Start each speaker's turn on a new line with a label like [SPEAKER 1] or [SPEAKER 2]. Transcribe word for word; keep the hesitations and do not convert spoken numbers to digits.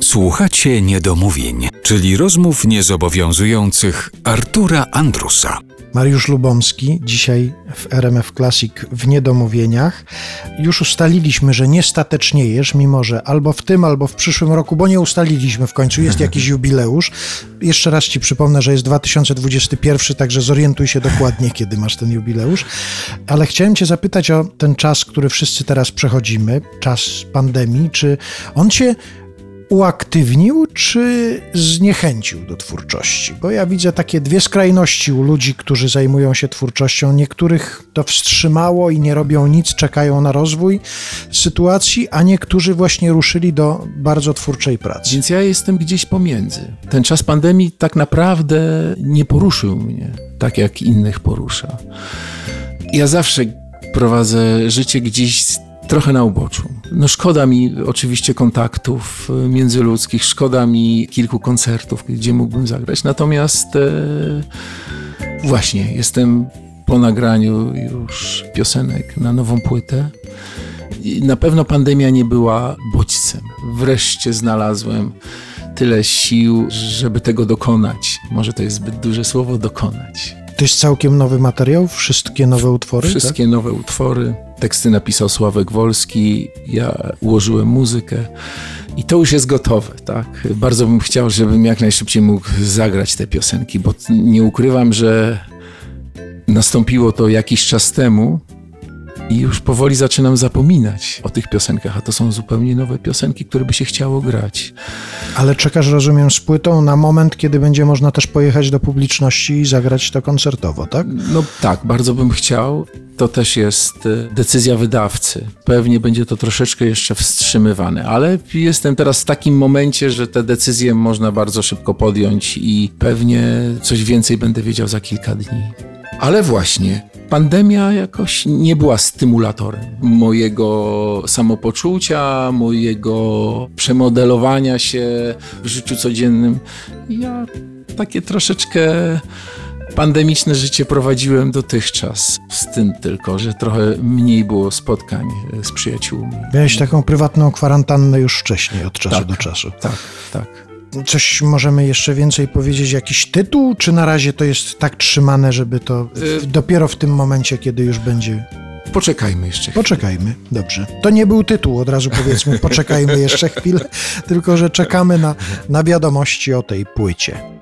[SPEAKER 1] Słuchacie Niedomówień, czyli rozmów niezobowiązujących Artura Andrusa.
[SPEAKER 2] Mariusz Lubomski, dzisiaj w R M F Classic w Niedomówieniach. Już ustaliliśmy, że nie stateczniejesz, mimo że albo w tym, albo w przyszłym roku, bo nie ustaliliśmy w końcu, jest jakiś jubileusz. Jeszcze raz ci przypomnę, że jest dwa tysiące dwudziesty pierwszy, także zorientuj się dokładnie, kiedy masz ten jubileusz. Ale chciałem cię zapytać o ten czas, który wszyscy teraz przechodzimy, czas pandemii. Czy on cię uaktywnił, czy zniechęcił do twórczości? Bo ja widzę takie dwie skrajności u ludzi, którzy zajmują się twórczością. Niektórych to wstrzymało i nie robią nic, czekają na rozwój sytuacji, a niektórzy właśnie ruszyli do bardzo twórczej pracy.
[SPEAKER 3] Więc ja jestem gdzieś pomiędzy. Ten czas pandemii tak naprawdę nie poruszył mnie tak, jak innych porusza. Ja zawsze prowadzę życie gdzieś trochę na uboczu. No szkoda mi oczywiście kontaktów międzyludzkich, szkoda mi kilku koncertów, gdzie mógłbym zagrać, natomiast e, właśnie jestem po nagraniu już piosenek na nową płytę. I na pewno pandemia nie była bodźcem. Wreszcie znalazłem tyle sił, żeby tego dokonać. Może to jest zbyt duże słowo, dokonać.
[SPEAKER 2] To jest całkiem nowy materiał? Wszystkie nowe utwory?
[SPEAKER 3] Wszystkie tak? nowe utwory. Teksty napisał Sławek Wolski, ja ułożyłem muzykę i to już jest gotowe, tak? Bardzo bym chciał, żebym jak najszybciej mógł zagrać te piosenki, bo nie ukrywam, że nastąpiło to jakiś czas temu i już powoli zaczynam zapominać o tych piosenkach, a to są zupełnie nowe piosenki, które by się chciało grać.
[SPEAKER 2] Ale czekasz, rozumiem, z płytą na moment, kiedy będzie można też pojechać do publiczności i zagrać to koncertowo, tak?
[SPEAKER 3] No tak, bardzo bym chciał. To też jest decyzja wydawcy. Pewnie będzie to troszeczkę jeszcze wstrzymywane, ale jestem teraz w takim momencie, że te decyzje można bardzo szybko podjąć i pewnie coś więcej będę wiedział za kilka dni. Ale właśnie, pandemia jakoś nie była stymulatorem mojego samopoczucia, mojego przemodelowania się w życiu codziennym. Ja takie troszeczkę pandemiczne życie prowadziłem dotychczas. Z tym tylko, że trochę mniej było spotkań z przyjaciółmi.
[SPEAKER 2] Miałeś taką prywatną kwarantannę już wcześniej, od czasu
[SPEAKER 3] tak,
[SPEAKER 2] do czasu.
[SPEAKER 3] Tak, tak.
[SPEAKER 2] Coś możemy jeszcze więcej powiedzieć? Jakiś tytuł? Czy na razie to jest tak trzymane, żeby to w, dopiero w tym momencie, kiedy już będzie...
[SPEAKER 3] Poczekajmy jeszcze chwilę.
[SPEAKER 2] Poczekajmy, dobrze. To nie był tytuł, od razu powiedzmy, poczekajmy jeszcze chwilę, tylko że czekamy na, na wiadomości o tej płycie.